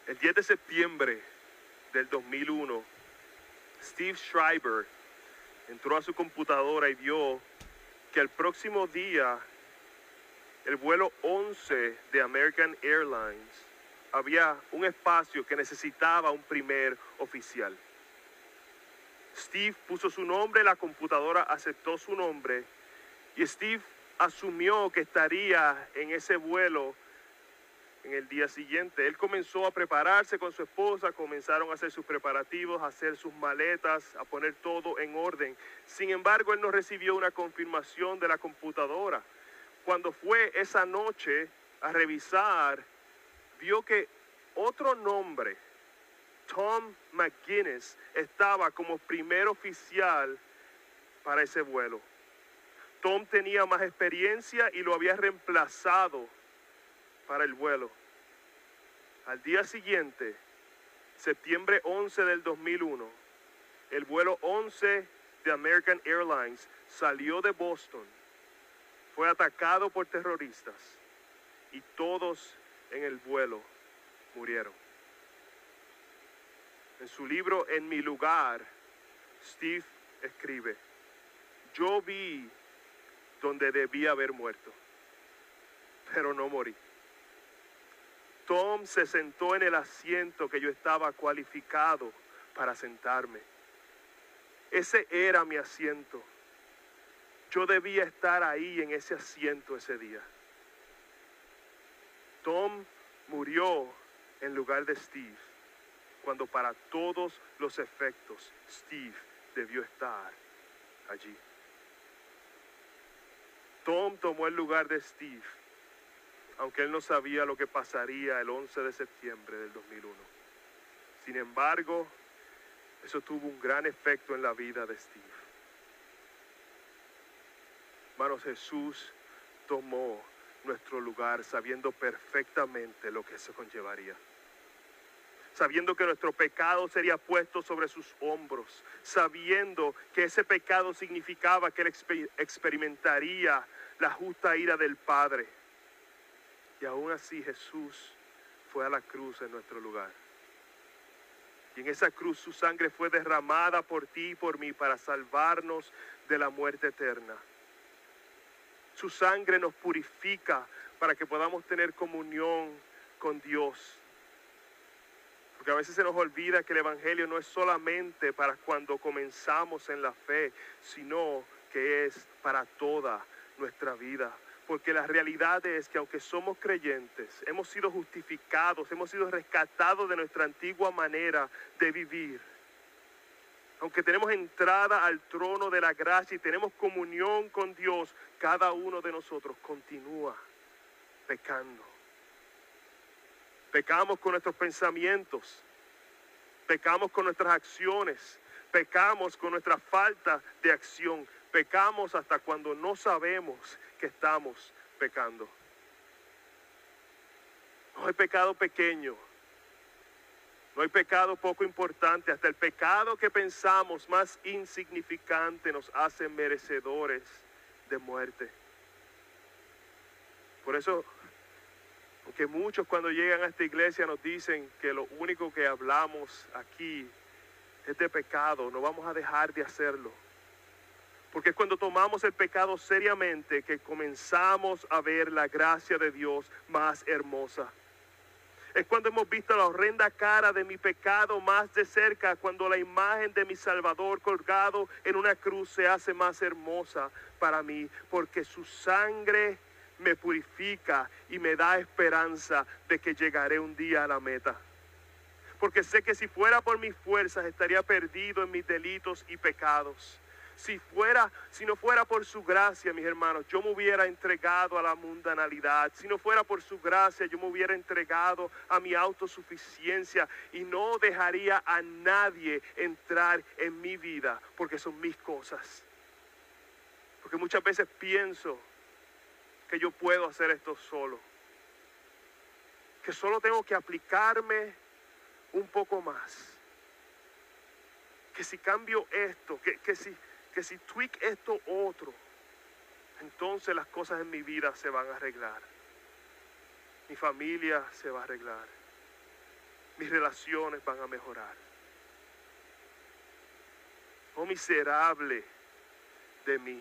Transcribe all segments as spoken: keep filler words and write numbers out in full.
El diez de septiembre del dos mil uno, Steve Schreiber entró a su computadora y vio que el próximo día, el vuelo once de American Airlines, había un espacio que necesitaba un primer oficial. Steve puso su nombre, la computadora aceptó su nombre y Steve asumió que estaría en ese vuelo en el día siguiente. Él comenzó a prepararse con su esposa, comenzaron a hacer sus preparativos, a hacer sus maletas, a poner todo en orden. Sin embargo, él no recibió una confirmación de la computadora. Cuando fue esa noche a revisar, vio que otro nombre, Tom McGinnis, estaba como primer oficial para ese vuelo. Tom tenía más experiencia y lo había reemplazado para el vuelo. Al día siguiente, septiembre once del dos mil uno, el vuelo once de American Airlines salió de Boston, fue atacado por terroristas y todos en el vuelo murieron. En su libro En mi lugar, Steve escribe: yo vi donde debía haber muerto, pero no morí. Tom se sentó en el asiento que yo estaba cualificado para sentarme. Ese era mi asiento. Yo debía estar ahí en ese asiento ese día. Tom murió en lugar de Steve, cuando para todos los efectos Steve debió estar allí. Tom tomó el lugar de Steve, aunque él no sabía lo que pasaría el once de septiembre del dos mil uno. Sin embargo, eso tuvo un gran efecto en la vida de Steve. Hermanos, Jesús tomó nuestro lugar sabiendo perfectamente lo que eso conllevaría. Sabiendo que nuestro pecado sería puesto sobre sus hombros, sabiendo que ese pecado significaba que él exper- experimentaría la justa ira del Padre. Y aún así Jesús fue a la cruz en nuestro lugar. Y en esa cruz su sangre fue derramada por ti y por mí para salvarnos de la muerte eterna. Su sangre nos purifica para que podamos tener comunión con Dios. Porque a veces se nos olvida que el Evangelio no es solamente para cuando comenzamos en la fe, sino que es para toda nuestra vida. Porque la realidad es que aunque somos creyentes, hemos sido justificados, hemos sido rescatados de nuestra antigua manera de vivir. Aunque tenemos entrada al trono de la gracia y tenemos comunión con Dios, cada uno de nosotros continúa pecando. Pecamos con nuestros pensamientos, pecamos con nuestras acciones, pecamos con nuestra falta de acción, pecamos hasta cuando no sabemos que estamos pecando. No hay pecado pequeño, no hay pecado poco importante, hasta el pecado que pensamos más insignificante nos hace merecedores de muerte. Por eso, aunque muchos cuando llegan a esta iglesia nos dicen que lo único que hablamos aquí es de pecado, no vamos a dejar de hacerlo. Porque es cuando tomamos el pecado seriamente que comenzamos a ver la gracia de Dios más hermosa. Es cuando hemos visto la horrenda cara de mi pecado más de cerca, cuando la imagen de mi Salvador colgado en una cruz se hace más hermosa para mí, porque su sangre me purifica y me da esperanza de que llegaré un día a la meta. Porque sé que si fuera por mis fuerzas estaría perdido en mis delitos y pecados. Si fuera, si no fuera por su gracia, mis hermanos, yo me hubiera entregado a la mundanalidad. Si no fuera por su gracia, yo me hubiera entregado a mi autosuficiencia y no dejaría a nadie entrar en mi vida, porque son mis cosas. Porque muchas veces pienso que yo puedo hacer esto solo, que solo tengo que aplicarme un poco más, que si cambio esto, que, que si que si tweak esto otro, entonces las cosas en mi vida se van a arreglar, mi familia se va a arreglar. mis relaciones van a mejorar. Oh, miserable de mí.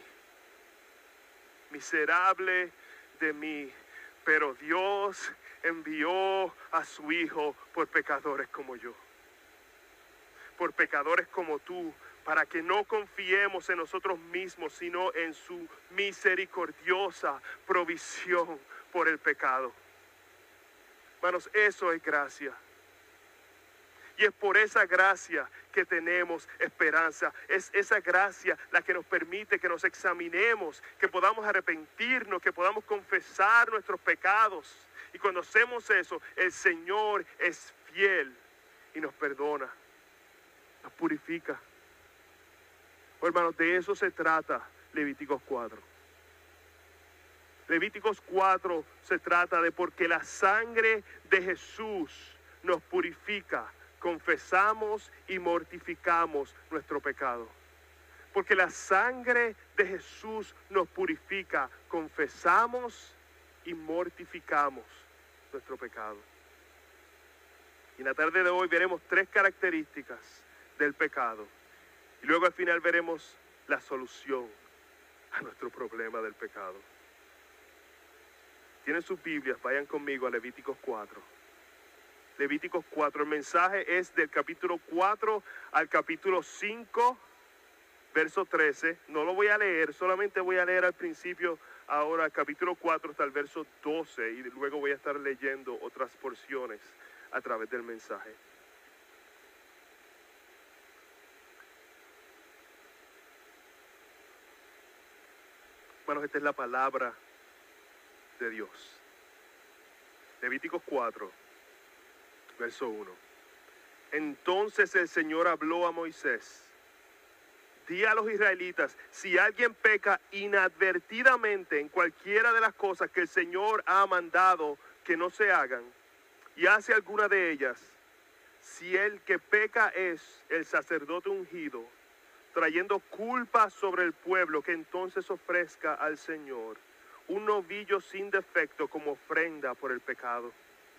Miserable de mí. Pero Dios envió a su Hijo por pecadores como yo. Por pecadores como tú, para que no confiemos en nosotros mismos, sino en su misericordiosa provisión por el pecado. Hermanos, eso es gracia. Y es por esa gracia que tenemos esperanza. Es esa gracia la que nos permite que nos examinemos, que podamos arrepentirnos, que podamos confesar nuestros pecados. Y cuando hacemos eso, el Señor es fiel y nos perdona, nos purifica. Oh, hermanos, de eso se trata Levíticos cuatro. Levíticos cuatro se trata de porque la sangre de Jesús nos purifica, confesamos y mortificamos nuestro pecado. Porque la sangre de Jesús nos purifica, confesamos y mortificamos nuestro pecado. Y en la tarde de hoy veremos tres características del pecado. Y luego al final veremos la solución a nuestro problema del pecado. Tienen sus Biblias, vayan conmigo a Levíticos cuatro. Levíticos cuatro, el mensaje es del capítulo cuatro al capítulo cinco, verso trece. No lo voy a leer, solamente voy a leer al principio, ahora capítulo cuatro hasta el verso doce, y luego voy a estar leyendo otras porciones a través del mensaje. Hermanos, esta es la palabra de Dios. Levíticos cuatro, verso uno. Entonces el Señor habló a Moisés: di a los israelitas, si alguien peca inadvertidamente en cualquiera de las cosas que el Señor ha mandado que no se hagan, y hace alguna de ellas, si el que peca es el sacerdote ungido, trayendo culpa sobre el pueblo, que entonces ofrezca al Señor un novillo sin defecto como ofrenda por el pecado,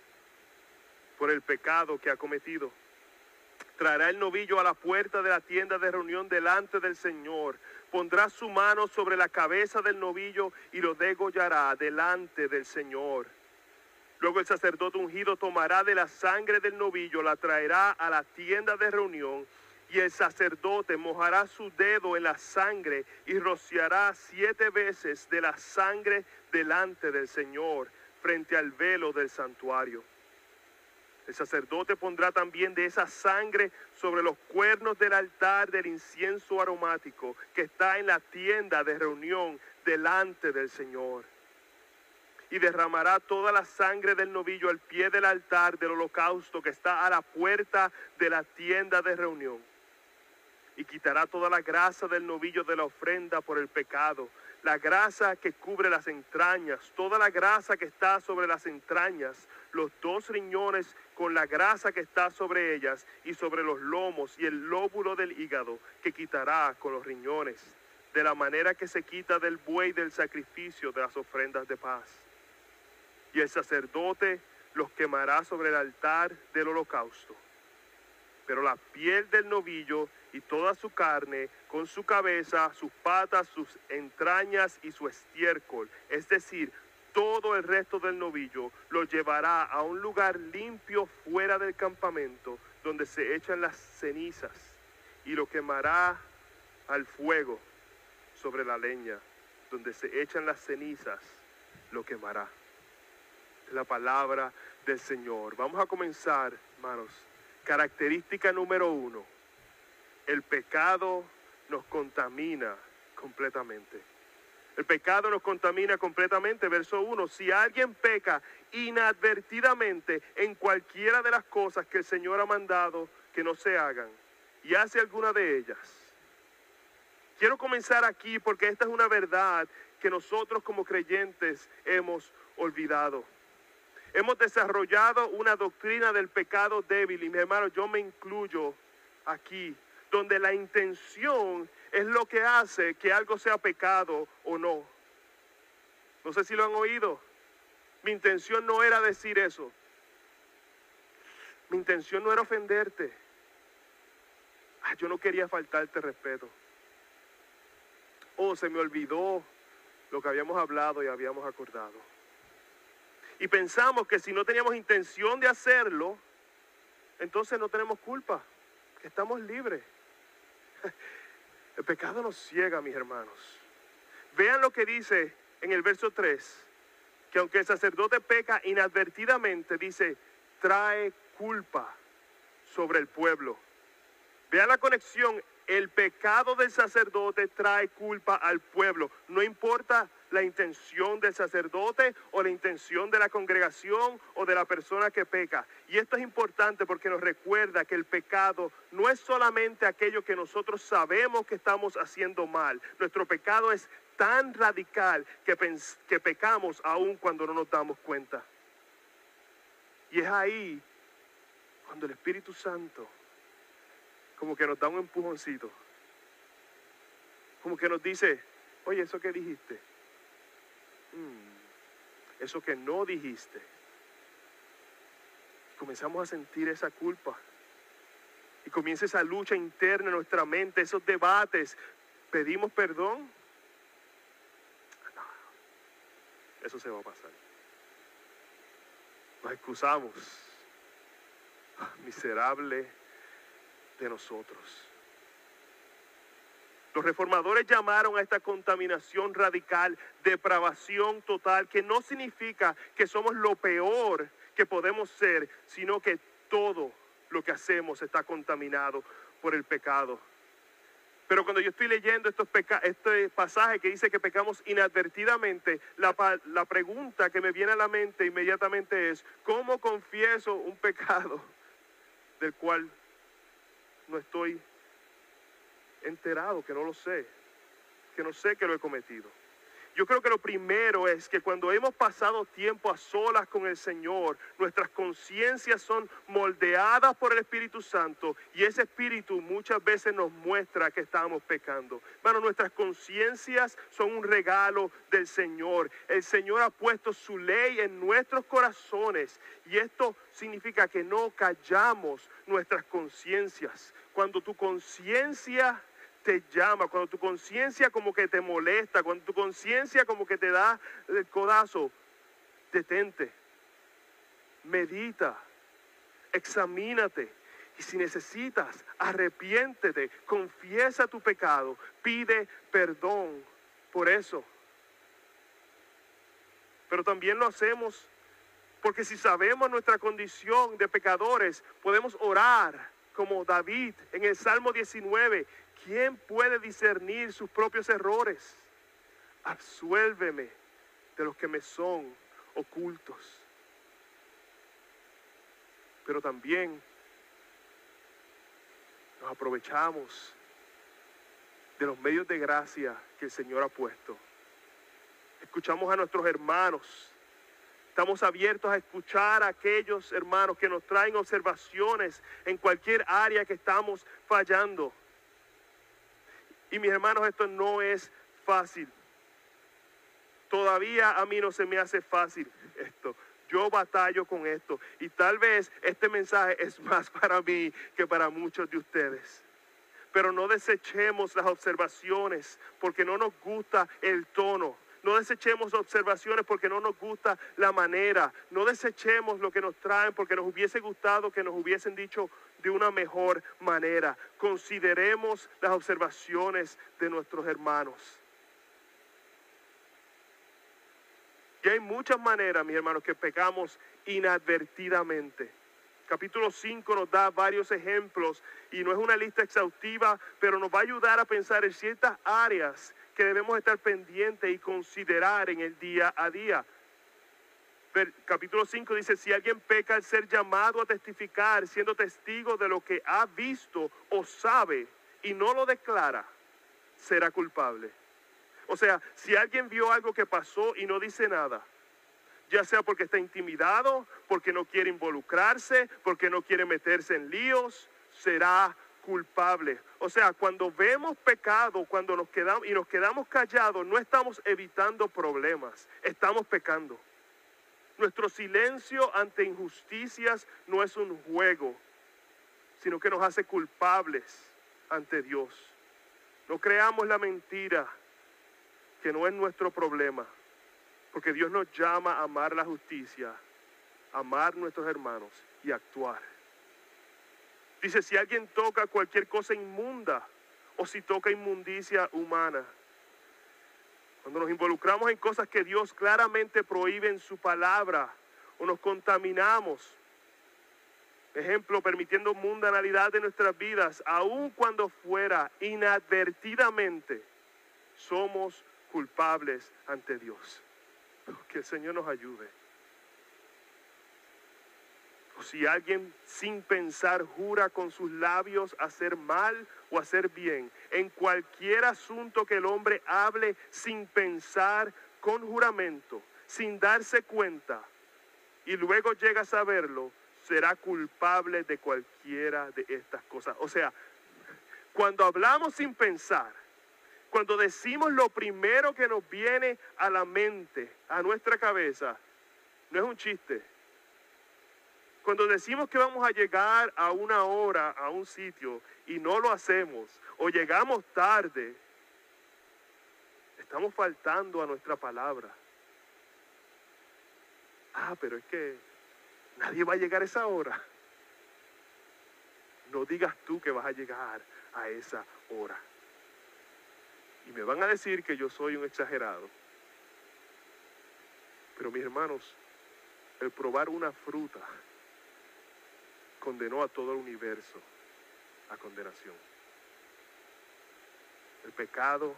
por el pecado que ha cometido. Traerá el novillo a la puerta de la tienda de reunión delante del Señor, pondrá su mano sobre la cabeza del novillo y lo degollará delante del Señor. Luego el sacerdote ungido tomará de la sangre del novillo, la traerá a la tienda de reunión, y el sacerdote mojará su dedo en la sangre y rociará siete veces de la sangre delante del Señor, frente al velo del santuario. El sacerdote pondrá también de esa sangre sobre los cuernos del altar del incienso aromático que está en la tienda de reunión delante del Señor. Y derramará toda la sangre del novillo al pie del altar del holocausto que está a la puerta de la tienda de reunión. Y quitará toda la grasa del novillo de la ofrenda por el pecado, la grasa que cubre las entrañas, toda la grasa que está sobre las entrañas, los dos riñones con la grasa que está sobre ellas y sobre los lomos y el lóbulo del hígado que quitará con los riñones, de la manera que se quita del buey del sacrificio de las ofrendas de paz. Y el sacerdote los quemará sobre el altar del holocausto. Pero la piel del novillo y toda su carne, con su cabeza, sus patas, sus entrañas y su estiércol, es decir, todo el resto del novillo, lo llevará a un lugar limpio fuera del campamento, donde se echan las cenizas, y lo quemará al fuego sobre la leña, donde se echan las cenizas, lo quemará. La palabra del Señor. Vamos a comenzar, hermanos. Característica número uno: el pecado nos contamina completamente. El pecado nos contamina completamente. Verso uno: si alguien peca inadvertidamente en cualquiera de las cosas que el Señor ha mandado que no se hagan, y hace alguna de ellas. Quiero comenzar aquí porque esta es una verdad que nosotros como creyentes hemos olvidado. Hemos desarrollado una doctrina del pecado débil, y mi hermano, yo me incluyo aquí, donde la intención es lo que hace que algo sea pecado o no. No sé si lo han oído. Mi intención no era decir eso. Mi intención no era ofenderte. Ah, yo no quería faltarte respeto. Oh, se me olvidó lo que habíamos hablado y habíamos acordado. Y pensamos que si no teníamos intención de hacerlo, entonces no tenemos culpa, que estamos libres. El pecado nos ciega, mis hermanos. Vean lo que dice en el verso tres, que aunque el sacerdote peca inadvertidamente, dice, trae culpa sobre el pueblo. Vean la conexión. El pecado del sacerdote trae culpa al pueblo. No importa la intención del sacerdote o la intención de la congregación o de la persona que peca. Y esto es importante porque nos recuerda que el pecado no es solamente aquello que nosotros sabemos que estamos haciendo mal. Nuestro pecado es tan radical que, que pecamos aún cuando no nos damos cuenta. Y es ahí cuando el Espíritu Santo como que nos da un empujoncito, como que nos dice, oye, eso que dijiste, mm, eso que no dijiste. Comenzamos a sentir esa culpa y comienza esa lucha interna en nuestra mente, esos debates. ¿Pedimos perdón? No, eso se va a pasar. Nos excusamos. Miserable de nosotros. Los reformadores llamaron a esta contaminación radical depravación total, que no significa que somos lo peor que podemos ser, sino que todo lo que hacemos está contaminado por el pecado. Pero cuando yo estoy leyendo estos peca este pasaje que dice que pecamos inadvertidamente, la, la pregunta que me viene a la mente inmediatamente es, ¿cómo confieso un pecado del cual no estoy enterado, que no lo sé, que no sé que lo he cometido? Yo creo que lo primero es que cuando hemos pasado tiempo a solas con el Señor, nuestras conciencias son moldeadas por el Espíritu Santo y ese Espíritu muchas veces nos muestra que estamos pecando. Hermano, nuestras conciencias son un regalo del Señor. El Señor ha puesto su ley en nuestros corazones y esto significa que no callamos nuestras conciencias. Cuando tu conciencia te llama, cuando tu conciencia como que te molesta, cuando tu conciencia como que te da el codazo, detente, medita, examínate y si necesitas, arrepiéntete, confiesa tu pecado, pide perdón por eso. Pero también lo hacemos porque si sabemos nuestra condición de pecadores, podemos orar como David en el Salmo diecinueve. ¿Quién puede discernir sus propios errores? Absuélveme de los que me son ocultos. Pero también nos aprovechamos de los medios de gracia que el Señor ha puesto. Escuchamos a nuestros hermanos. Estamos abiertos a escuchar a aquellos hermanos que nos traen observaciones en cualquier área que estamos fallando. Y mis hermanos, esto no es fácil. Todavía a mí no se me hace fácil esto. Yo batallo con esto. Y tal vez este mensaje es más para mí que para muchos de ustedes. Pero no desechemos las observaciones porque no nos gusta el tono. No desechemos observaciones porque no nos gusta la manera. No desechemos lo que nos traen porque nos hubiese gustado que nos hubiesen dicho de una mejor manera. Consideremos las observaciones de nuestros hermanos. Y hay muchas maneras, mis hermanos, que pecamos inadvertidamente. Capítulo cinco nos da varios ejemplos y no es una lista exhaustiva, pero nos va a ayudar a pensar en ciertas áreas que debemos estar pendientes y considerar en el día a día. Capítulo cinco dice, si alguien peca al ser llamado a testificar, siendo testigo de lo que ha visto o sabe y no lo declara, será culpable. O sea, si alguien vio algo que pasó y no dice nada, ya sea porque está intimidado, porque no quiere involucrarse, porque no quiere meterse en líos, será culpable. O sea, cuando vemos pecado, cuando nos quedamos y nos quedamos callados, no estamos evitando problemas, estamos pecando. Nuestro silencio ante injusticias no es un juego, sino que nos hace culpables ante Dios. No creamos la mentira que no es nuestro problema, porque Dios nos llama a amar la justicia, amar a nuestros hermanos y actuar. Dice, si alguien toca cualquier cosa inmunda o si toca inmundicia humana. Cuando nos involucramos en cosas que Dios claramente prohíbe en su palabra o nos contaminamos, ejemplo, permitiendo mundanalidad de nuestras vidas, aun cuando fuera inadvertidamente, somos culpables ante Dios. Que el Señor nos ayude. O si alguien sin pensar jura con sus labios hacer mal o hacer bien, en cualquier asunto que el hombre hable sin pensar, con juramento, sin darse cuenta, y luego llega a saberlo, será culpable de cualquiera de estas cosas. O sea, cuando hablamos sin pensar, cuando decimos lo primero que nos viene a la mente, a nuestra cabeza, no es un chiste. Cuando decimos que vamos a llegar a una hora a un sitio y no lo hacemos, o llegamos tarde, estamos faltando a nuestra palabra. Ah, pero es que nadie va a llegar a esa hora. No digas tú que vas a llegar a esa hora. Y me van a decir que yo soy un exagerado. Pero mis hermanos, el probar una fruta condenó a todo el universo a condenación. El pecado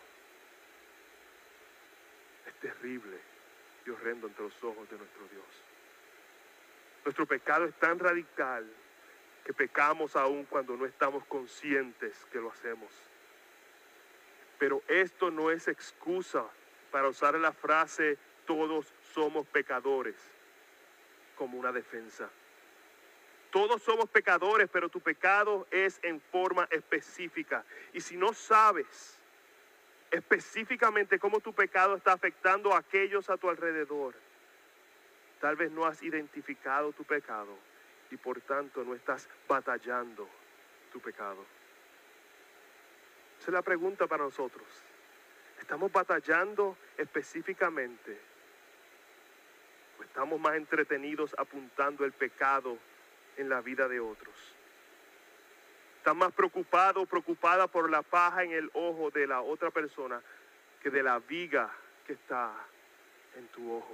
es terrible y horrendo ante los ojos de nuestro Dios. Nuestro pecado es tan radical que pecamos aún cuando no estamos conscientes que lo hacemos. Pero esto no es excusa para usar la frase todos somos pecadores como una defensa. Todos somos pecadores, pero tu pecado es en forma específica. Y si no sabes específicamente cómo tu pecado está afectando a aquellos a tu alrededor, tal vez no has identificado tu pecado y por tanto no estás batallando tu pecado. Esa es la pregunta para nosotros. ¿Estamos batallando específicamente? ¿O estamos más entretenidos apuntando el pecado en la vida de otros? ¿Estás más preocupado o preocupada por la paja en el ojo de la otra persona que de la viga que está en tu ojo?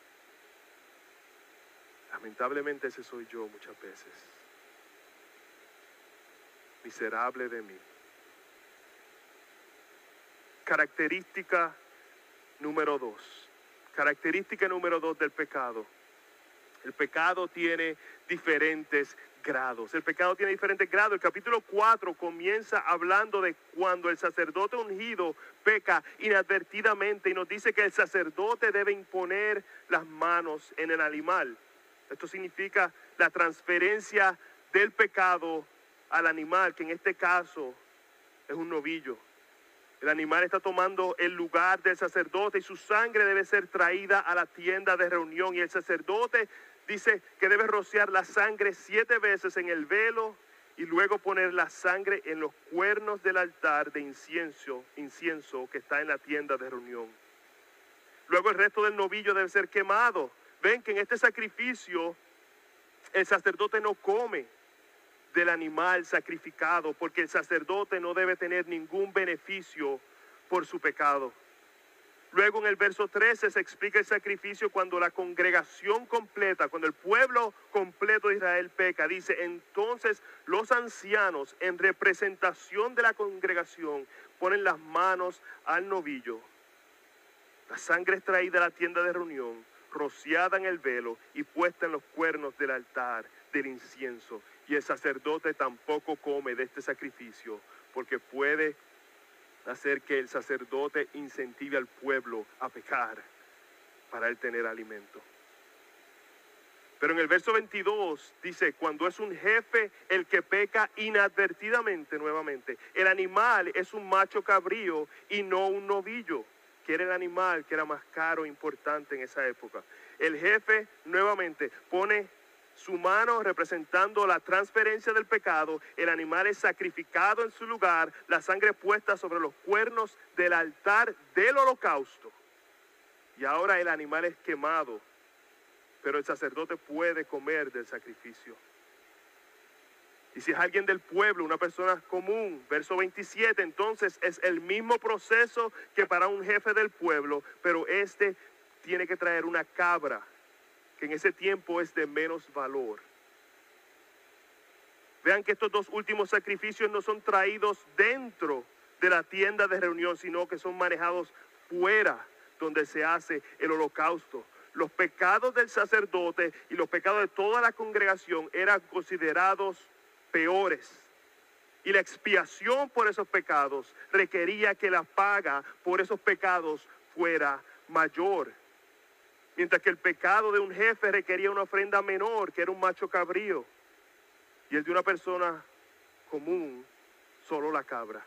Lamentablemente ese soy yo muchas veces. Miserable de mí. Característica número dos. Característica número dos del pecado. El pecado tiene diferentes grados. El pecado tiene diferentes grados. El capítulo cuatro comienza hablando de cuando el sacerdote ungido peca inadvertidamente y nos dice que el sacerdote debe imponer las manos en el animal. Esto significa la transferencia del pecado al animal, que en este caso es un novillo. El animal está tomando el lugar del sacerdote y su sangre debe ser traída a la tienda de reunión. Y el sacerdote dice que debe rociar la sangre siete veces en el velo y luego poner la sangre en los cuernos del altar de incienso, incienso que está en la tienda de reunión. Luego el resto del novillo debe ser quemado. Ven que en este sacrificio el sacerdote no come del animal sacrificado, porque el sacerdote no debe tener ningún beneficio por su pecado. Luego en el verso trece se explica el sacrificio cuando la congregación completa, cuando el pueblo completo de Israel peca. Dice, entonces los ancianos en representación de la congregación ponen las manos al novillo. La sangre es traída a la tienda de reunión, rociada en el velo y puesta en los cuernos del altar del incienso. Y el sacerdote tampoco come de este sacrificio, porque puede hacer que el sacerdote incentive al pueblo a pecar para él tener alimento. Pero en el verso veintidós dice, cuando es un jefe el que peca inadvertidamente, nuevamente, el animal es un macho cabrío y no un novillo. que era el animal que era más caro e importante en esa época. El jefe nuevamente pone su mano representando la transferencia del pecado, el animal es sacrificado en su lugar, la sangre puesta sobre los cuernos del altar del holocausto. Y ahora el animal es quemado, pero el sacerdote puede comer del sacrificio. Y si es alguien del pueblo, una persona común, verso veintisiete, entonces es el mismo proceso que para un jefe del pueblo, pero este tiene que traer una cabra, que en ese tiempo es de menos valor. Vean que estos dos últimos sacrificios no son traídos dentro de la tienda de reunión, sino que son manejados fuera, donde se hace el holocausto. Los pecados del sacerdote y los pecados de toda la congregación eran considerados peores. Y la expiación por esos pecados requería que la paga por esos pecados fuera mayor. Mientras que el pecado de un jefe requería una ofrenda menor, que era un macho cabrío. Y el de una persona común, solo la cabra.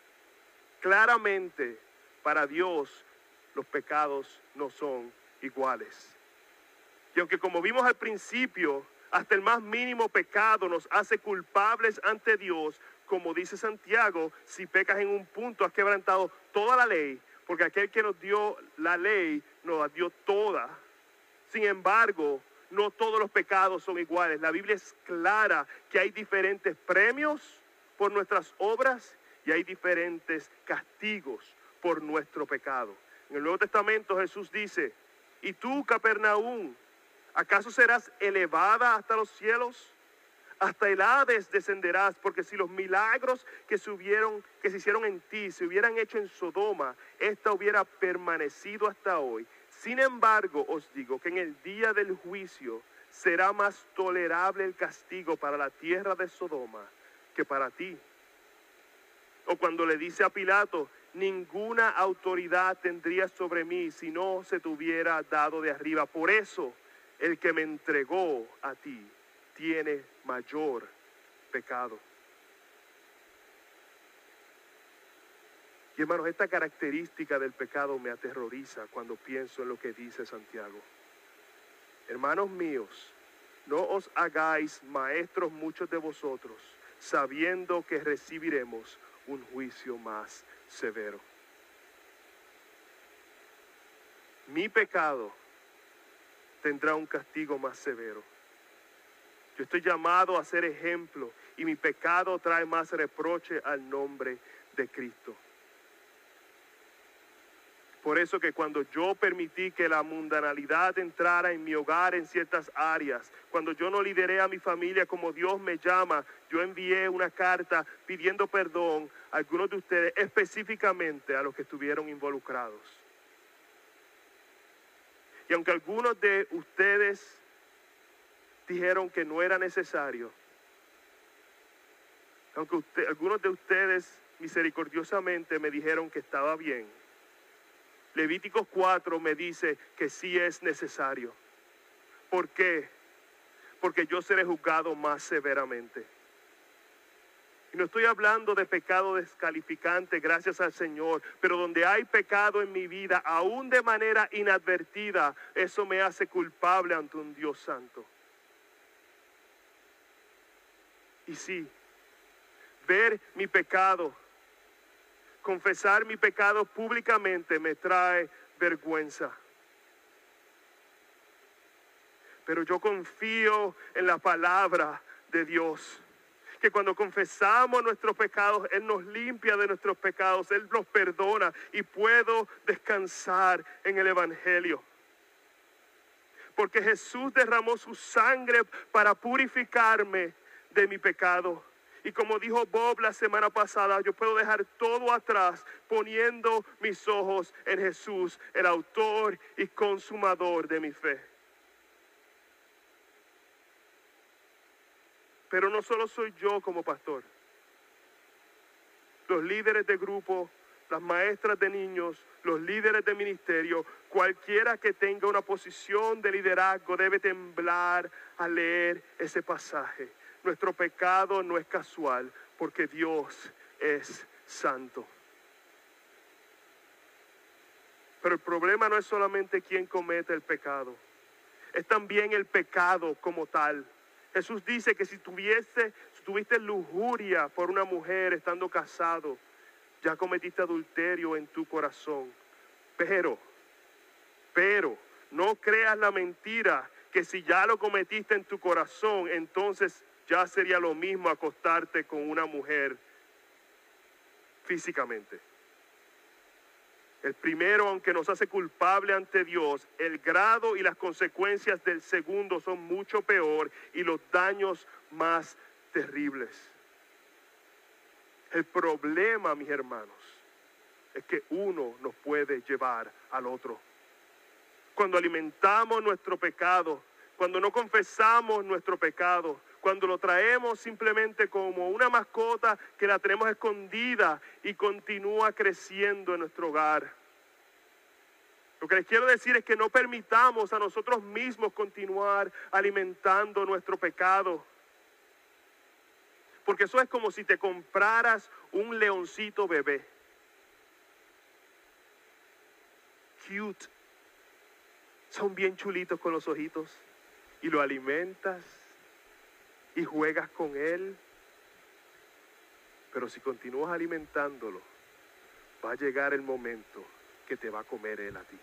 Claramente, para Dios, los pecados no son iguales. Y aunque como vimos al principio, hasta el más mínimo pecado nos hace culpables ante Dios, como dice Santiago, si pecas en un punto has quebrantado toda la ley, porque aquel que nos dio la ley nos la dio toda. Sin embargo, no todos los pecados son iguales. La Biblia es clara que hay diferentes premios por nuestras obras y hay diferentes castigos por nuestro pecado. En el Nuevo Testamento Jesús dice, ¿y tú, Capernaum, acaso serás elevada hasta los cielos? Hasta el Hades descenderás, porque si los milagros que se, hubieron, que se hicieron en ti se hubieran hecho en Sodoma, esta hubiera permanecido hasta hoy. Sin embargo, os digo que en el día del juicio será más tolerable el castigo para la tierra de Sodoma que para ti. O cuando le dice a Pilato, ninguna autoridad tendría sobre mí si no se te hubiera dado de arriba. Por eso, el que me entregó a ti tiene mayor pecado. Y hermanos, esta característica del pecado me aterroriza cuando pienso en lo que dice Santiago. Hermanos míos, no os hagáis maestros muchos de vosotros, sabiendo que recibiremos un juicio más severo. Mi pecado tendrá un castigo más severo. Yo estoy llamado a ser ejemplo y mi pecado trae más reproche al nombre de Cristo. Por eso que cuando yo permití que la mundanalidad entrara en mi hogar en ciertas áreas, cuando yo no lideré a mi familia como Dios me llama, yo envié una carta pidiendo perdón a algunos de ustedes, específicamente a los que estuvieron involucrados. Y aunque algunos de ustedes dijeron que no era necesario, aunque usted, algunos de ustedes misericordiosamente me dijeron que estaba bien, Levíticos cuatro me dice que sí es necesario. ¿Por qué? Porque yo seré juzgado más severamente. Y no estoy hablando de pecado descalificante, gracias al Señor, pero donde hay pecado en mi vida, aún de manera inadvertida, eso me hace culpable ante un Dios santo. Y sí, ver mi pecado, confesar mi pecado públicamente me trae vergüenza. Pero yo confío en la palabra de Dios, que cuando confesamos nuestros pecados, Él nos limpia de nuestros pecados, Él nos perdona y puedo descansar en el Evangelio. Porque Jesús derramó su sangre para purificarme de mi pecado. Y como dijo Bob la semana pasada, yo puedo dejar todo atrás poniendo mis ojos en Jesús, el autor y consumador de mi fe. Pero no solo soy yo como pastor. Los líderes de grupo, las maestras de niños, los líderes de ministerio, cualquiera que tenga una posición de liderazgo debe temblar al leer ese pasaje. Nuestro pecado no es casual, porque Dios es santo. Pero el problema no es solamente quién comete el pecado, es también el pecado como tal. Jesús dice que si tuviese, si tuviste lujuria por una mujer estando casado, ya cometiste adulterio en tu corazón. Pero, pero, no creas la mentira que si ya lo cometiste en tu corazón, entonces ya sería lo mismo acostarte con una mujer físicamente. El primero, aunque nos hace culpable ante Dios, el grado y las consecuencias del segundo son mucho peor y los daños más terribles. El problema, mis hermanos, es que uno nos puede llevar al otro. Cuando alimentamos nuestro pecado, cuando no confesamos nuestro pecado, cuando lo traemos simplemente como una mascota que la tenemos escondida y continúa creciendo en nuestro hogar. Lo que les quiero decir es que no permitamos a nosotros mismos continuar alimentando nuestro pecado. Porque eso es como si te compraras un leoncito bebé. Cute. Son bien chulitos con los ojitos. Y lo alimentas y juegas con él. Pero si continúas alimentándolo, va a llegar el momento que te va a comer él a ti.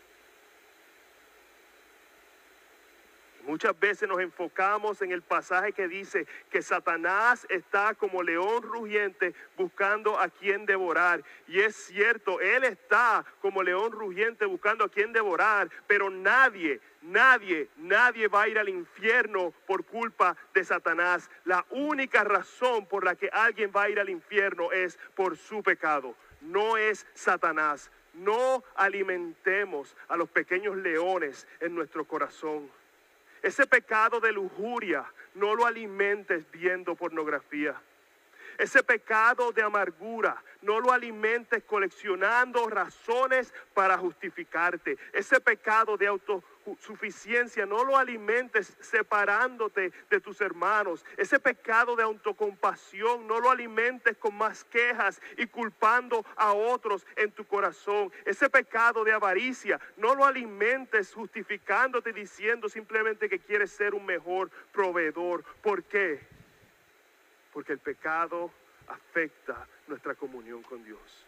Muchas veces nos enfocamos en el pasaje que dice que Satanás está como león rugiente buscando a quien devorar. Y es cierto, él está como león rugiente buscando a quien devorar, pero nadie, nadie, nadie va a ir al infierno por culpa de Satanás. La única razón por la que alguien va a ir al infierno es por su pecado, no es Satanás. No alimentemos a los pequeños leones en nuestro corazón. Ese pecado de lujuria, no lo alimentes viendo pornografía. Ese pecado de amargura, no lo alimentes coleccionando razones para justificarte. Ese pecado de autosuficiencia, no lo alimentes separándote de tus hermanos. Ese pecado de autocompasión, no lo alimentes con más quejas y culpando a otros en tu corazón. Ese pecado de avaricia, no lo alimentes justificándote y diciendo simplemente que quieres ser un mejor proveedor. ¿Por qué? Porque el pecado afecta nuestra comunión con Dios.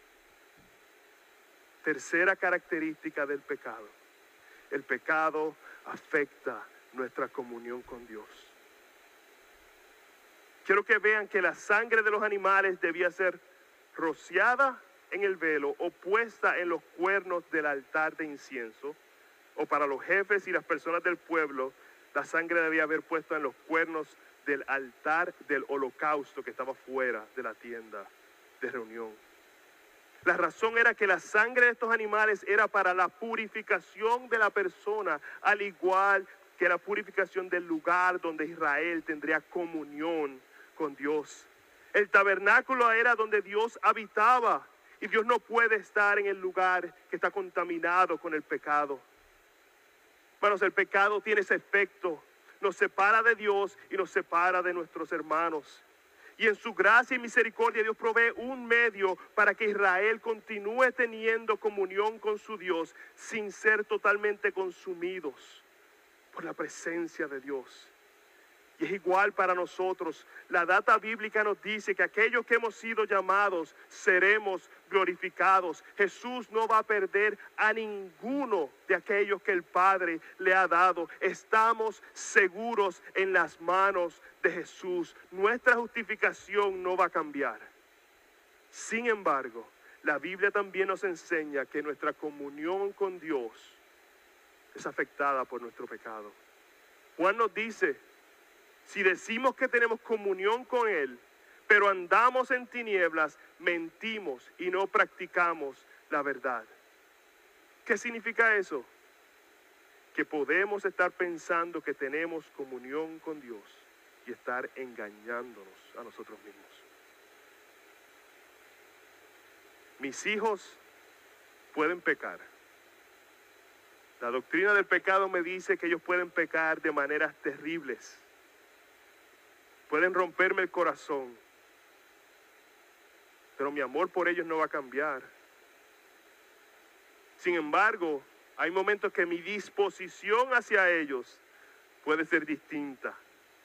Tercera característica del pecado. El pecado afecta nuestra comunión con Dios. Quiero que vean que la sangre de los animales debía ser rociada en el velo o puesta en los cuernos del altar de incienso. O para los jefes y las personas del pueblo, la sangre debía haber puesto en los cuernos del altar del holocausto que estaba fuera de la tienda de reunión. La razón era que la sangre de estos animales era para la purificación de la persona, al igual que la purificación del lugar donde Israel tendría comunión con Dios. El tabernáculo era donde Dios habitaba y Dios no puede estar en el lugar que está contaminado con el pecado. Hermanos, el pecado tiene ese efecto. Nos separa de Dios y nos separa de nuestros hermanos. Y en su gracia y misericordia Dios provee un medio para que Israel continúe teniendo comunión con su Dios sin ser totalmente consumidos por la presencia de Dios. Y es igual para nosotros. La data bíblica nos dice que aquellos que hemos sido llamados seremos glorificados. Jesús no va a perder a ninguno de aquellos que el Padre le ha dado. Estamos seguros en las manos de Jesús. Nuestra justificación no va a cambiar. Sin embargo, la Biblia también nos enseña que nuestra comunión con Dios es afectada por nuestro pecado. Juan nos dice: si decimos que tenemos comunión con Él, pero andamos en tinieblas, mentimos y no practicamos la verdad. ¿Qué significa eso? Que podemos estar pensando que tenemos comunión con Dios y estar engañándonos a nosotros mismos. Mis hijos pueden pecar. La doctrina del pecado me dice que ellos pueden pecar de maneras terribles. Pueden romperme el corazón, pero mi amor por ellos no va a cambiar. Sin embargo, hay momentos que mi disposición hacia ellos puede ser distinta.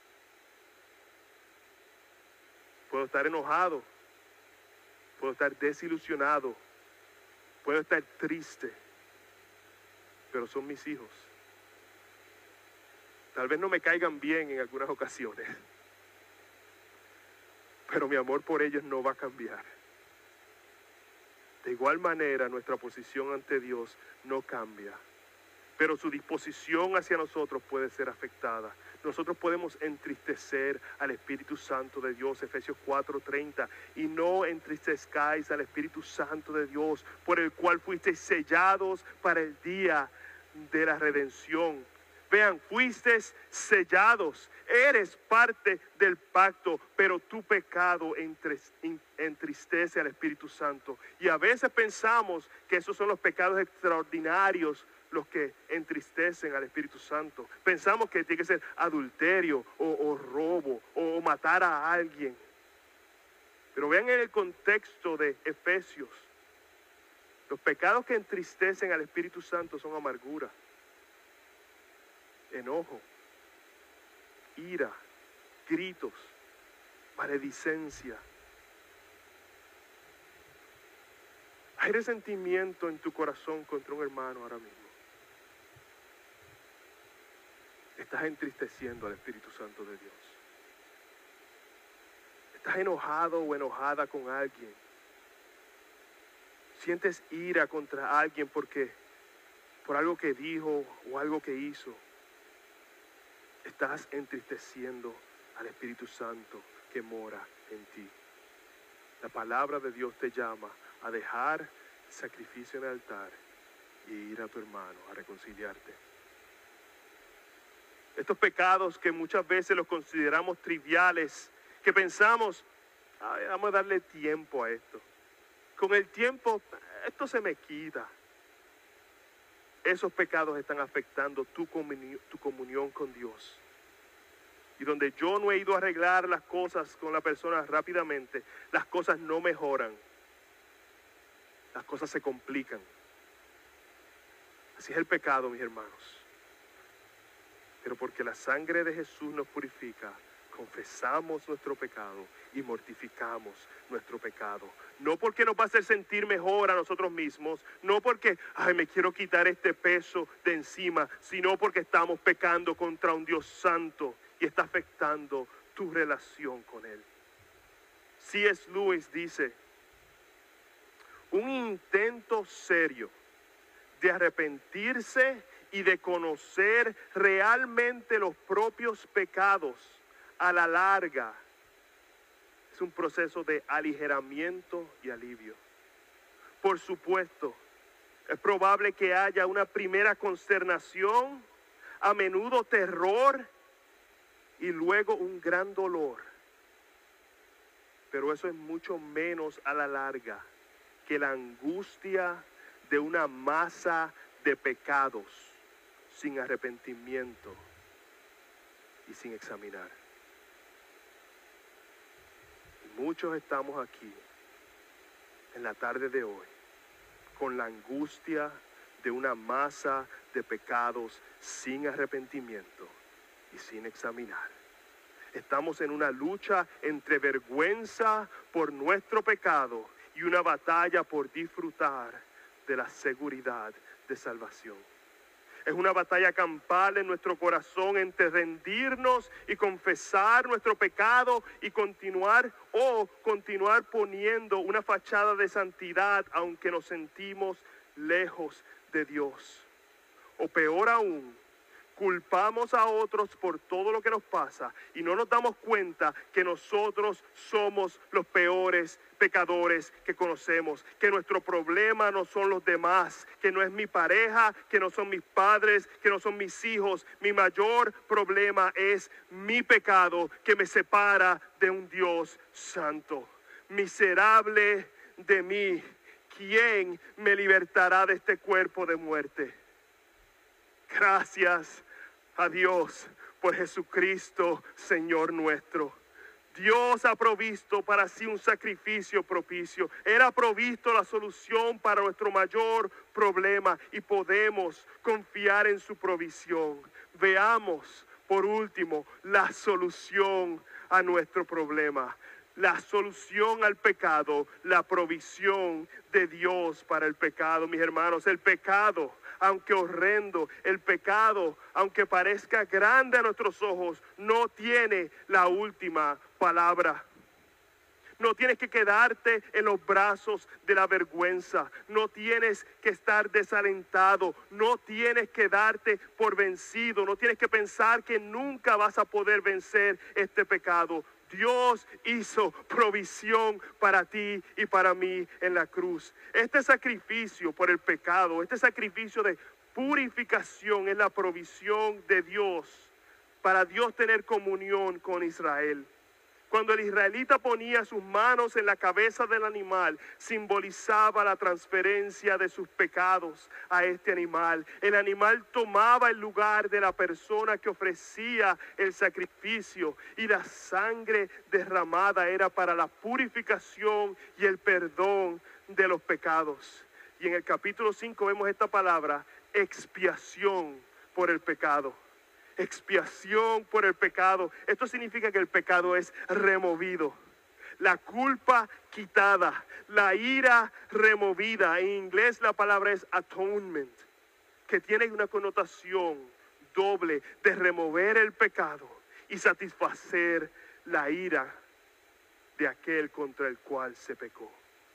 Puedo estar enojado, puedo estar desilusionado, puedo estar triste, pero son mis hijos. Tal vez no me caigan bien en algunas ocasiones, pero mi amor por ellos no va a cambiar. De igual manera, nuestra posición ante Dios no cambia, pero su disposición hacia nosotros puede ser afectada. Nosotros podemos entristecer al Espíritu Santo de Dios, Efesios cuatro treinta, y no entristezcáis al Espíritu Santo de Dios, por el cual fuisteis sellados para el día de la redención. Vean, fuisteis sellados, eres parte del pacto, pero tu pecado entristece al Espíritu Santo. Y a veces pensamos que esos son los pecados extraordinarios los que entristecen al Espíritu Santo. Pensamos que tiene que ser adulterio o, o robo o matar a alguien. Pero vean en el contexto de Efesios, los pecados que entristecen al Espíritu Santo son amargura, enojo, ira, gritos, maledicencia. Hay resentimiento en tu corazón contra un hermano ahora mismo. Estás entristeciendo al Espíritu Santo de Dios. Estás enojado o enojada con alguien. Sientes ira contra alguien porque por algo que dijo o algo que hizo. Estás entristeciendo al Espíritu Santo que mora en ti. La palabra de Dios te llama a dejar el sacrificio en el altar y ir a tu hermano a reconciliarte. Estos pecados que muchas veces los consideramos triviales, que pensamos, ay, vamos a darle tiempo a esto. Con el tiempo, esto se me quita. Esos pecados están afectando tu comunión, tu comunión con Dios. Y donde yo no he ido a arreglar las cosas con la persona rápidamente, las cosas no mejoran. Las cosas se complican. Así es el pecado, mis hermanos. Pero porque la sangre de Jesús nos purifica, confesamos nuestro pecado y mortificamos nuestro pecado. No porque nos va a hacer sentir mejor a nosotros mismos, no porque, ay, me quiero quitar este peso de encima, sino porque estamos pecando contra un Dios santo y está afectando tu relación con Él. C S Lewis dice, un intento serio de arrepentirse y de conocer realmente los propios pecados a la larga es un proceso de aligeramiento y alivio. Por supuesto, es probable que haya una primera consternación, a menudo terror y luego un gran dolor. Pero eso es mucho menos a la larga que la angustia de una masa de pecados sin arrepentimiento y sin examinar. Y muchos estamos aquí en la tarde de hoy con la angustia de una masa de pecados sin arrepentimiento y sin examinar. Estamos en una lucha entre vergüenza por nuestro pecado y una batalla por disfrutar de la seguridad de salvación. Es una batalla campal en nuestro corazón entre rendirnos y confesar nuestro pecado y continuar o continuar poniendo una fachada de santidad aunque nos sentimos lejos de Dios. O peor aún, culpamos a otros por todo lo que nos pasa y no nos damos cuenta que nosotros somos los peores pecadores que conocemos, que nuestro problema no son los demás, que no es mi pareja, que no son mis padres, que no son mis hijos. Mi mayor problema es mi pecado que me separa de un Dios santo. Miserable de mí, ¿quién me libertará de este cuerpo de muerte? Gracias a Dios por Jesucristo, Señor nuestro. Dios ha provisto para sí un sacrificio propicio. Él ha provisto la solución para nuestro mayor problema y podemos confiar en su provisión. Veamos, por último, la solución a nuestro problema. La solución al pecado, la provisión de Dios para el pecado. Mis hermanos, el pecado, aunque horrendo, el pecado, aunque parezca grande a nuestros ojos, no tiene la última palabra. No tienes que quedarte en los brazos de la vergüenza. No tienes que estar desalentado. No tienes que darte por vencido. No tienes que pensar que nunca vas a poder vencer este pecado. Dios hizo provisión para ti y para mí en la cruz. Este sacrificio por el pecado, este sacrificio de purificación es la provisión de Dios para Dios tener comunión con Israel. Cuando el israelita ponía sus manos en la cabeza del animal, simbolizaba la transferencia de sus pecados a este animal. El animal tomaba el lugar de la persona que ofrecía el sacrificio y la sangre derramada era para la purificación y el perdón de los pecados. Y en el capítulo cinco vemos esta palabra, expiación por el pecado. Expiación por el pecado. Esto significa que el pecado es removido. La culpa quitada. La ira removida. En inglés la palabra es atonement, que tiene una connotación doble de remover el pecado y satisfacer la ira de aquel contra el cual se pecó.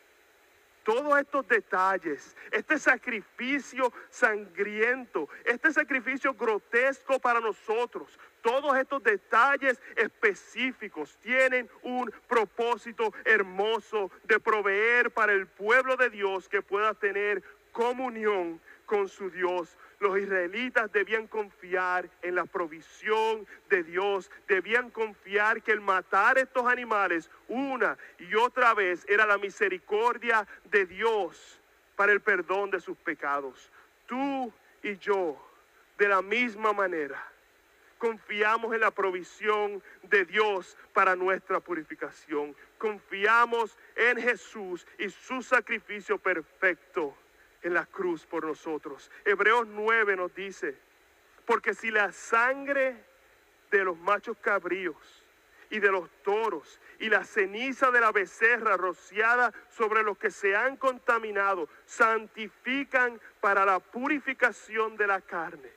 Todos estos detalles, este sacrificio sangriento, este sacrificio grotesco para nosotros, todos estos detalles específicos tienen un propósito hermoso de proveer para el pueblo de Dios que pueda tener comunión con su Dios. Los israelitas debían confiar en la provisión de Dios, debían confiar que el matar estos animales una y otra vez era la misericordia de Dios para el perdón de sus pecados. Tú y yo, de la misma manera, confiamos en la provisión de Dios para nuestra purificación. Confiamos en Jesús y su sacrificio perfecto en la cruz por nosotros. Hebreos nueve nos dice, porque si la sangre de los machos cabríos y de los toros y la ceniza de la becerra rociada sobre los que se han contaminado santifican para la purificación de la carne,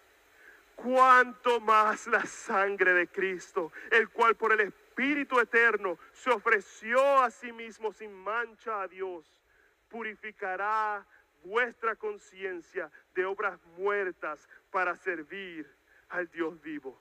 cuánto más la sangre de Cristo, el cual por el Espíritu eterno se ofreció a sí mismo sin mancha a Dios, purificará vuestra conciencia de obras muertas para servir al Dios vivo.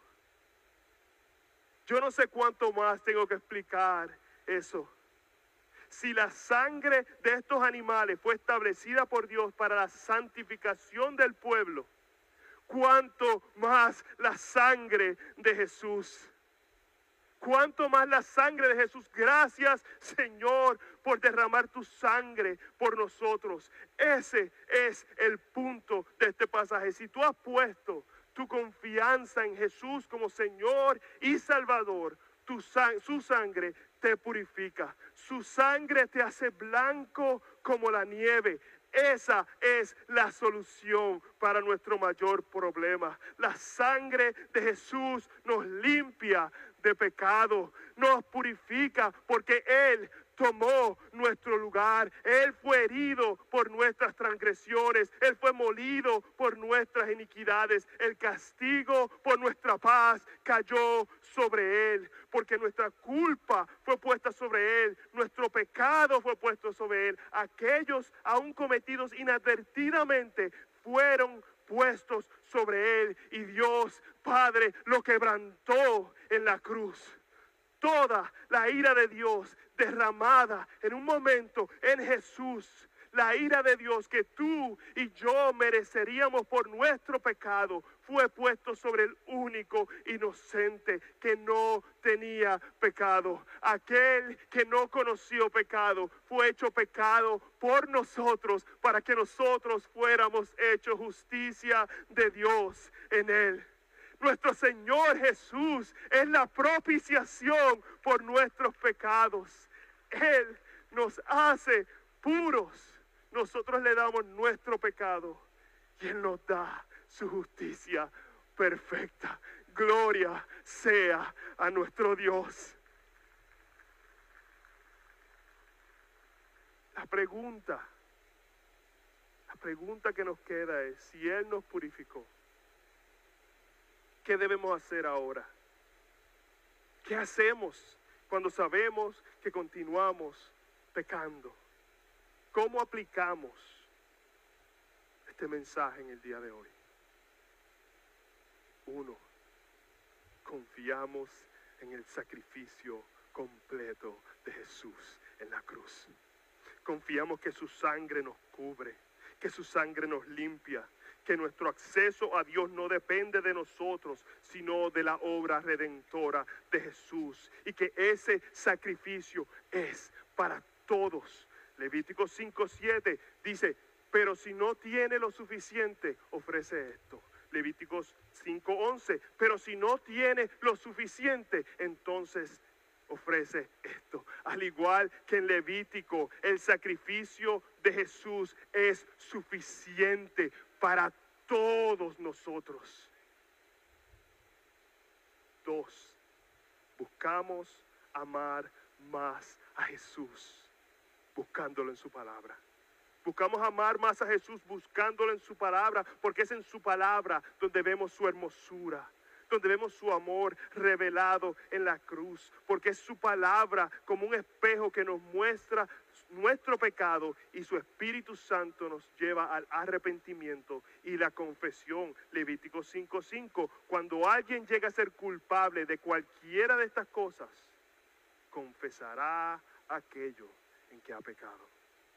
Yo no sé cuánto más tengo que explicar eso. Si la sangre de estos animales fue establecida por Dios para la santificación del pueblo, cuánto más la sangre de Jesús. Cuánto más la sangre de Jesús. Gracias, Señor, por derramar tu sangre por nosotros. Ese es el punto de este pasaje. Si tú has puesto tu confianza en Jesús como Señor y Salvador, tu sang- su sangre te purifica. Su sangre te hace blanco como la nieve. Esa es la solución para nuestro mayor problema. La sangre de Jesús nos limpia de pecado, nos purifica porque Él tomó nuestro lugar. Él fue herido por nuestras transgresiones. Él fue molido por nuestras iniquidades. El castigo por nuestra paz cayó sobre Él, porque nuestra culpa fue puesta sobre Él. Nuestro pecado fue puesto sobre Él. Aquellos aún cometidos inadvertidamente fueron puestos sobre Él. Y Dios Padre lo quebrantó en la cruz. Toda la ira de Dios derramada en un momento en Jesús. La ira de Dios que tú y yo mereceríamos por nuestro pecado fue puesto sobre el único inocente que no tenía pecado. Aquel que no conoció pecado fue hecho pecado por nosotros para que nosotros fuéramos hechos justicia de Dios en Él. Nuestro Señor Jesús es la propiciación por nuestros pecados. Él nos hace puros. Nosotros le damos nuestro pecado y Él nos da su justicia perfecta. Gloria sea a nuestro Dios. La pregunta, la pregunta que nos queda es, si Él nos purificó, ¿qué debemos hacer ahora? ¿Qué hacemos cuando sabemos que continuamos pecando? ¿Cómo aplicamos este mensaje en el día de hoy? Uno, confiamos en el sacrificio completo de Jesús en la cruz. Confiamos que su sangre nos cubre, que su sangre nos limpia, que nuestro acceso a Dios no depende de nosotros, sino de la obra redentora de Jesús. Y que ese sacrificio es para todos. Levítico cinco siete dice, pero si no tiene lo suficiente, ofrece esto. Levíticos cinco once, pero si no tiene lo suficiente, entonces ofrece esto. Al igual que en Levítico, el sacrificio de Jesús es suficiente para todos nosotros. Dos, buscamos amar más a Jesús buscándolo en su palabra. Buscamos amar más a Jesús buscándolo en su palabra, porque es en su palabra donde vemos su hermosura, donde vemos su amor revelado en la cruz, porque es su palabra como un espejo que nos muestra nuestro pecado, y su Espíritu Santo nos lleva al arrepentimiento y la confesión. Levítico cinco cinco, cuando alguien llega a ser culpable de cualquiera de estas cosas, confesará aquello en que ha pecado.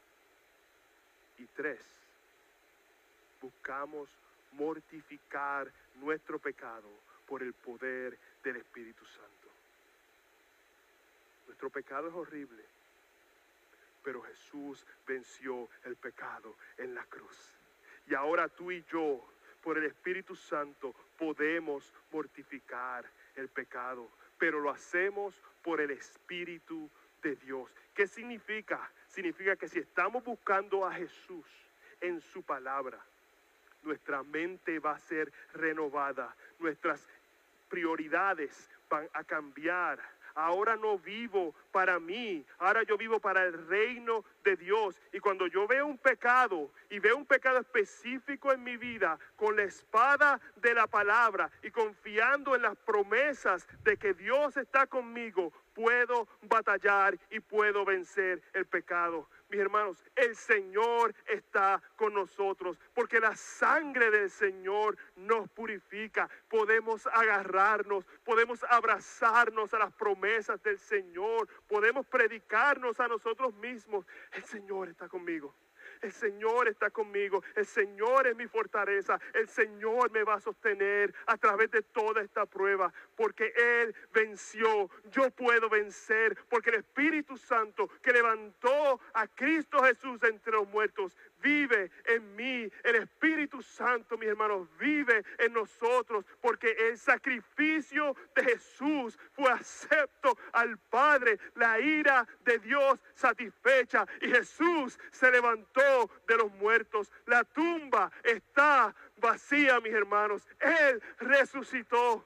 Y tres, buscamos mortificar nuestro pecado por el poder del Espíritu Santo. Nuestro pecado es horrible, pero Jesús venció el pecado en la cruz. Y ahora tú y yo, por el Espíritu Santo, podemos mortificar el pecado, pero lo hacemos por el Espíritu de Dios. ¿Qué significa? Significa que si estamos buscando a Jesús en su palabra, nuestra mente va a ser renovada, nuestras prioridades van a cambiar. Ahora no vivo para mí, ahora yo vivo para el reino de Dios. Y cuando yo veo un pecado, y veo un pecado específico en mi vida, con la espada de la palabra y confiando en las promesas de que Dios está conmigo, puedo batallar y puedo vencer el pecado. Mis hermanos, el Señor está con nosotros, porque la sangre del Señor nos purifica. Podemos agarrarnos, podemos abrazarnos a las promesas del Señor, podemos predicarnos a nosotros mismos. El Señor está conmigo. El Señor está conmigo, el Señor es mi fortaleza, el Señor me va a sostener a través de toda esta prueba, porque Él venció, yo puedo vencer, porque el Espíritu Santo que levantó a Cristo Jesús entre los muertos, vive en mí. El Espíritu Santo, mis hermanos, vive en nosotros, porque el sacrificio de Jesús fue acepto al Padre, la ira de Dios satisfecha, y Jesús se levantó de los muertos. La tumba está vacía, mis hermanos. Él resucitó.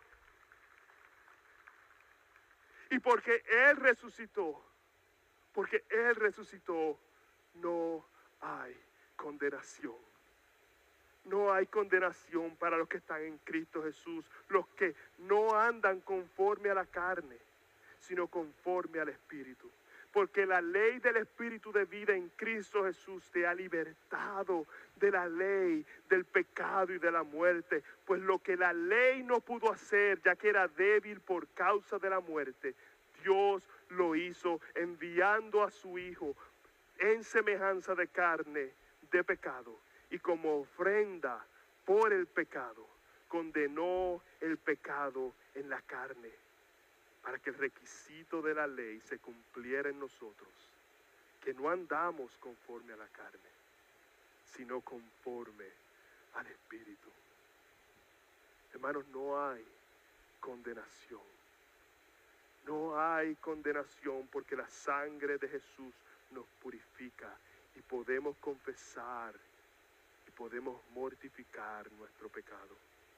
Y porque Él resucitó, porque Él resucitó, no hay condenación. No hay condenación para los que están en Cristo Jesús, los que no andan conforme a la carne, sino conforme al Espíritu. Porque la ley del Espíritu de vida en Cristo Jesús te ha libertado de la ley del pecado y de la muerte. Pues lo que la ley no pudo hacer, ya que era débil por causa de la muerte, Dios lo hizo enviando a su Hijo en semejanza de carne de pecado. Y como ofrenda por el pecado, condenó el pecado en la carne, para que el requisito de la ley se cumpliera en nosotros, que no andamos conforme a la carne, sino conforme al Espíritu. Hermanos, no hay condenación. No hay condenación porque la sangre de Jesús nos purifica y podemos confesar y podemos mortificar nuestro pecado.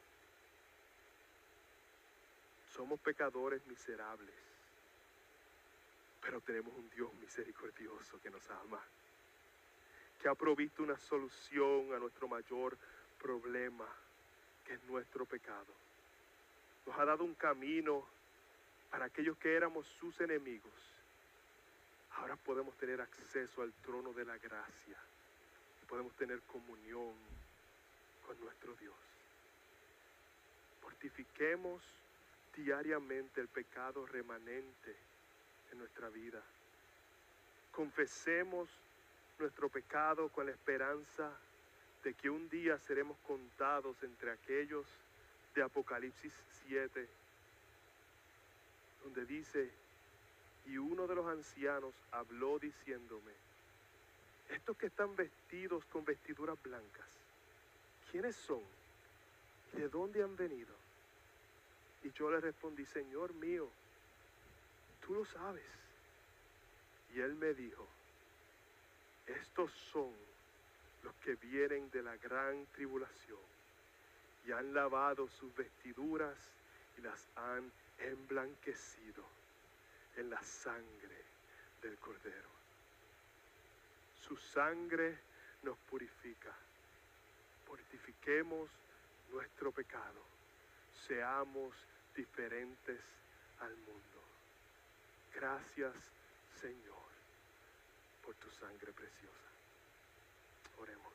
Somos pecadores miserables, pero tenemos un Dios misericordioso que nos ama, que ha provisto una solución a nuestro mayor problema, que es nuestro pecado. Nos ha dado un camino para aquellos que éramos sus enemigos. Ahora podemos tener acceso al trono de la gracia y podemos tener comunión con nuestro Dios. Mortifiquemos diariamente el pecado remanente en nuestra vida. Confesemos nuestro pecado con la esperanza de que un día seremos contados entre aquellos de Apocalipsis siete, donde dice: y uno de los ancianos habló diciéndome, estos que están vestidos con vestiduras blancas, ¿quiénes son? ¿Y de dónde han venido? Y yo le respondí, Señor mío, tú lo sabes. Y él me dijo, estos son los que vienen de la gran tribulación y han lavado sus vestiduras y las han emblanquecido en la sangre del Cordero. Su sangre nos purifica. Mortifiquemos nuestro pecado. Seamos diferentes al mundo. Gracias, Señor, por tu sangre preciosa. Oremos.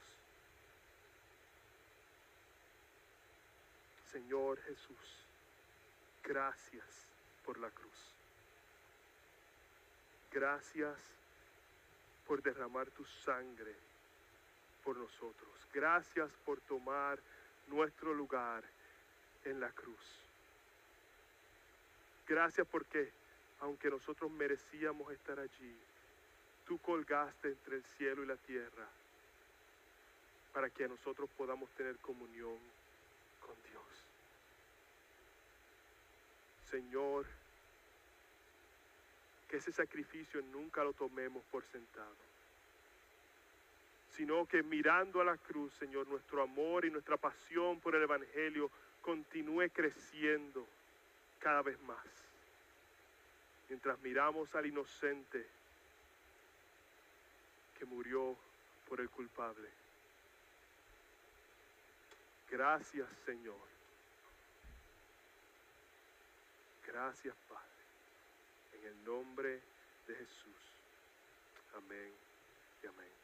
Señor Jesús, gracias por la cruz. Gracias por derramar tu sangre por nosotros. Gracias por tomar nuestro lugar en la cruz. Gracias porque, aunque nosotros merecíamos estar allí, tú colgaste entre el cielo y la tierra para que nosotros podamos tener comunión con Dios. Señor, que ese sacrificio nunca lo tomemos por sentado, sino que mirando a la cruz, Señor, nuestro amor y nuestra pasión por el Evangelio continúe creciendo cada vez más. Mientras miramos al inocente que murió por el culpable. Gracias, Señor. Gracias, Padre. En el nombre de Jesús. Amén y amén.